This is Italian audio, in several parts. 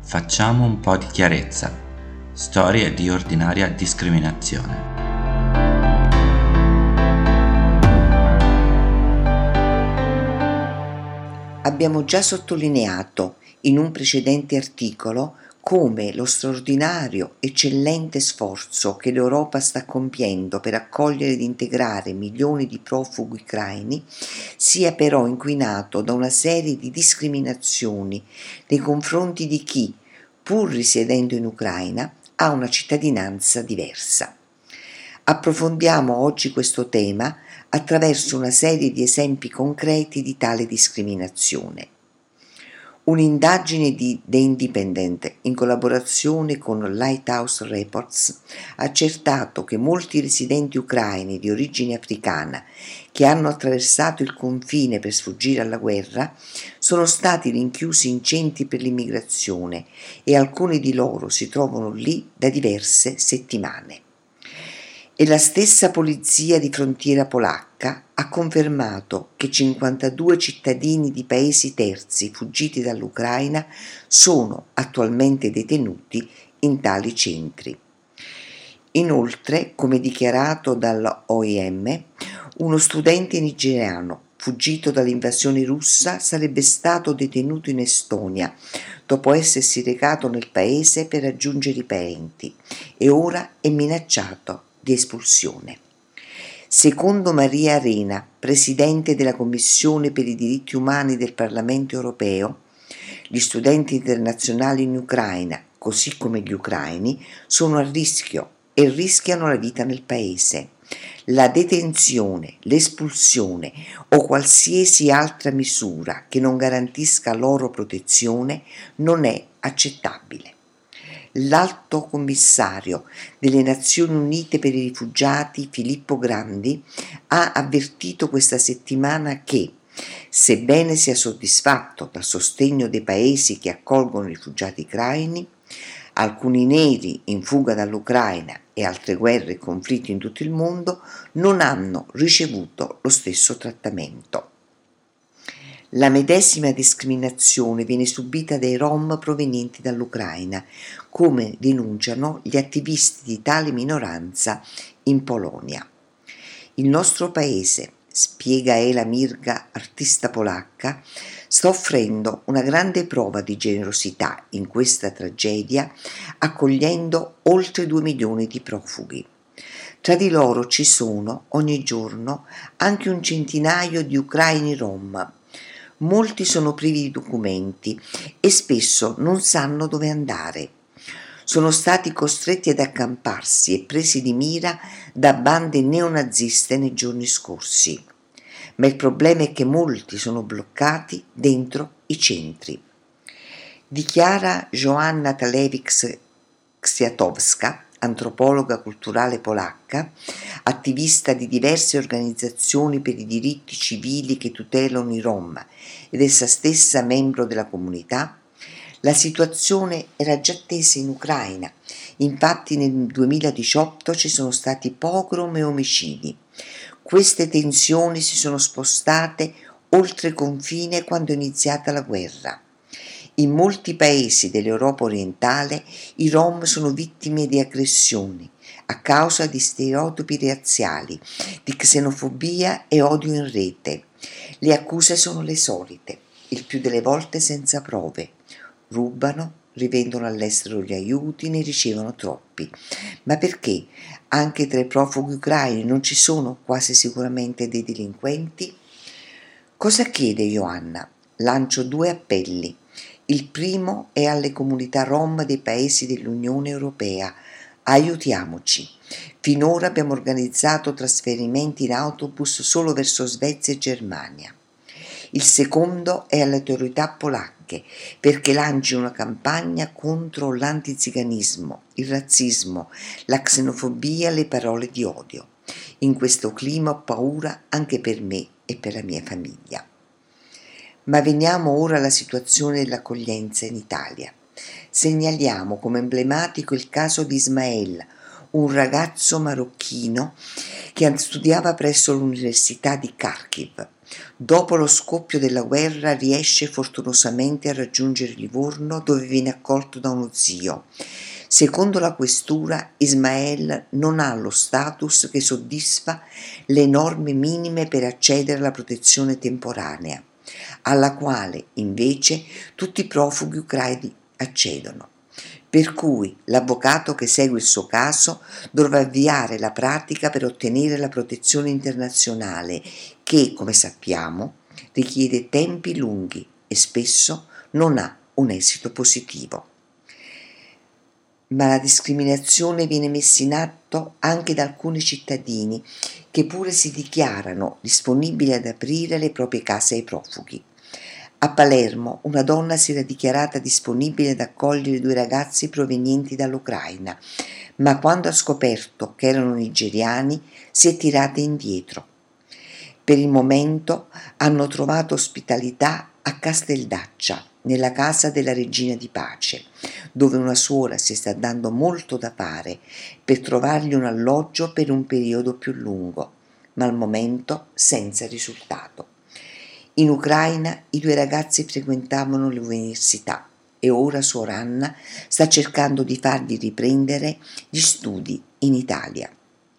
Facciamo un po' di chiarezza. Storie di ordinaria discriminazione. Abbiamo già sottolineato in un precedente articolo come lo straordinario, eccellente sforzo che l'Europa sta compiendo per accogliere ed integrare milioni di profughi ucraini sia però inquinato da una serie di discriminazioni nei confronti di chi, pur risiedendo in Ucraina, ha una cittadinanza diversa. Approfondiamo oggi questo tema attraverso una serie di esempi concreti di tale discriminazione. Un'indagine di The Independent, in collaborazione con Lighthouse Reports, ha accertato che molti residenti ucraini di origine africana che hanno attraversato il confine per sfuggire alla guerra sono stati rinchiusi in centri per l'immigrazione e alcuni di loro si trovano lì da diverse settimane. E la stessa polizia di frontiera polacca ha confermato che 52 cittadini di paesi terzi fuggiti dall'Ucraina sono attualmente detenuti in tali centri. Inoltre, come dichiarato dall'OIM, uno studente nigeriano fuggito dall'invasione russa sarebbe stato detenuto in Estonia dopo essersi recato nel paese per raggiungere i parenti e ora è minacciato di espulsione. Secondo Maria Arena, presidente della Commissione per i diritti umani del Parlamento europeo, gli studenti internazionali in Ucraina, così come gli ucraini, sono a rischio e rischiano la vita nel paese. La detenzione, l'espulsione o qualsiasi altra misura che non garantisca loro protezione non è accettabile. L'Alto Commissario delle Nazioni Unite per i rifugiati, Filippo Grandi, ha avvertito questa settimana che, sebbene sia soddisfatto dal sostegno dei paesi che accolgono i rifugiati ucraini, alcuni neri in fuga dall'Ucraina e altre guerre e conflitti in tutto il mondo non hanno ricevuto lo stesso trattamento. La medesima discriminazione viene subita dai Rom provenienti dall'Ucraina, come denunciano gli attivisti di tale minoranza in Polonia. Il nostro paese, spiega Ela Mirga, artista polacca, sta offrendo una grande prova di generosità in questa tragedia, accogliendo oltre 2 milioni di profughi. Tra di loro ci sono, ogni giorno, anche un centinaio di ucraini rom. Molti sono privi di documenti e spesso non sanno dove andare. Sono stati costretti ad accamparsi e presi di mira da bande neonaziste nei giorni scorsi. Ma il problema è che molti sono bloccati dentro i centri. Dichiara Joanna Talewicz-Kwiatkowska, antropologa culturale polacca, attivista di diverse organizzazioni per i diritti civili che tutelano i Rom ed essa stessa membro della comunità. La situazione era già tesa in Ucraina, infatti nel 2018 ci sono stati pogrom e omicidi. Queste tensioni si sono spostate oltre confine quando è iniziata la guerra. In molti paesi dell'Europa orientale i Rom sono vittime di aggressioni a causa di stereotipi razziali, di xenofobia e odio in rete. Le accuse sono le solite, il più delle volte senza prove. Rubano, rivendono all'estero gli aiuti, ne ricevono troppi. Ma perché anche tra i profughi ucraini non ci sono quasi sicuramente dei delinquenti? Cosa chiede Joanna? Lancio 2 appelli. Il primo è alle comunità rom dei paesi dell'Unione Europea. Aiutiamoci. Finora abbiamo organizzato trasferimenti in autobus solo verso Svezia e Germania. Il secondo è alle autorità polacche perché lanci una campagna contro l'antiziganismo, il razzismo, la xenofobia e le parole di odio. In questo clima ho paura anche per me e per la mia famiglia. Ma veniamo ora alla situazione dell'accoglienza in Italia. Segnaliamo come emblematico il caso di Ismael, un ragazzo marocchino che studiava presso l'Università di Kharkiv. Dopo lo scoppio della guerra riesce fortunosamente a raggiungere Livorno, dove viene accolto da uno zio. Secondo la questura, Ismael non ha lo status che soddisfa le norme minime per accedere alla protezione temporanea, alla quale invece tutti i profughi ucraini accedono. Per cui l'avvocato che segue il suo caso dovrà avviare la pratica per ottenere la protezione internazionale che, come sappiamo, richiede tempi lunghi e spesso non ha un esito positivo. Ma la discriminazione viene messa in atto anche da alcuni cittadini che pure si dichiarano disponibili ad aprire le proprie case ai profughi. A Palermo una donna si era dichiarata disponibile ad accogliere 2 ragazzi provenienti dall'Ucraina, ma quando ha scoperto che erano nigeriani si è tirata indietro. Per il momento hanno trovato ospitalità a Casteldaccia, nella casa della Regina di Pace, dove una suora si sta dando molto da fare per trovargli un alloggio per un periodo più lungo, ma al momento senza risultato. In Ucraina i 2 ragazzi frequentavano l'università e ora suor Anna sta cercando di fargli riprendere gli studi in Italia.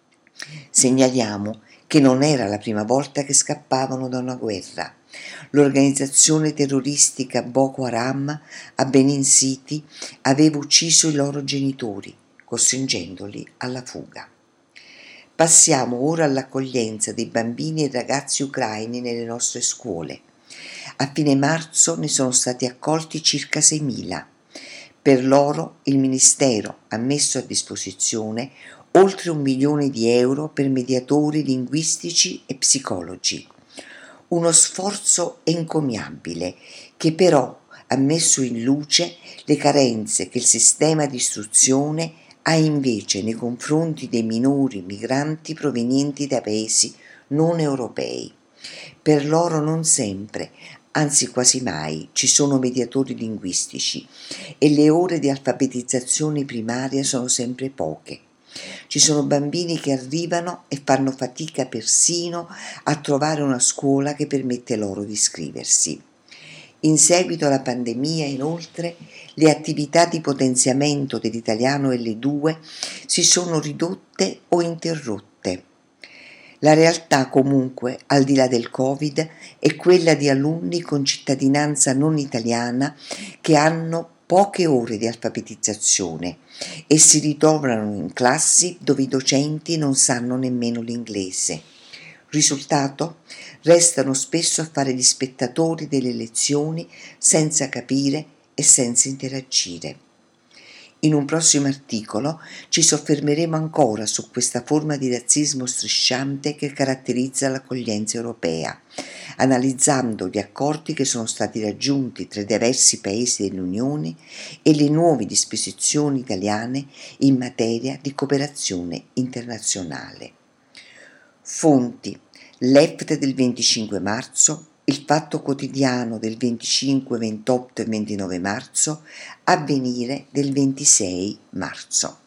Segnaliamo che non era la prima volta che scappavano da una guerra. L'organizzazione terroristica Boko Haram a Benin City aveva ucciso i loro genitori, costringendoli alla fuga. Passiamo ora all'accoglienza dei bambini e ragazzi ucraini nelle nostre scuole. A fine marzo ne sono stati accolti circa 6.000. Per loro il Ministero ha messo a disposizione oltre 1 milione di euro per mediatori linguistici e psicologi. Uno sforzo encomiabile che però ha messo in luce le carenze che il sistema di istruzione ha invece nei confronti dei minori migranti provenienti da paesi non europei. Per loro non sempre, anzi quasi mai, ci sono mediatori linguistici e le ore di alfabetizzazione primaria sono sempre poche. Ci sono bambini che arrivano e fanno fatica persino a trovare una scuola che permette loro di iscriversi. In seguito alla pandemia, inoltre, le attività di potenziamento dell'italiano L2 si sono ridotte o interrotte. La realtà comunque, al di là del Covid, è quella di alunni con cittadinanza non italiana che hanno poche ore di alfabetizzazione e si ritrovano in classi dove i docenti non sanno nemmeno l'inglese. Risultato? Restano spesso a fare gli spettatori delle lezioni senza capire e senza interagire. In un prossimo articolo ci soffermeremo ancora su questa forma di razzismo strisciante che caratterizza l'accoglienza europea, analizzando gli accordi che sono stati raggiunti tra i diversi paesi dell'Unione e le nuove disposizioni italiane in materia di cooperazione internazionale. Fonti: L'EFT del 25 marzo, Il Fatto Quotidiano del 25, 28 e 29 marzo, Avvenire del 26 marzo.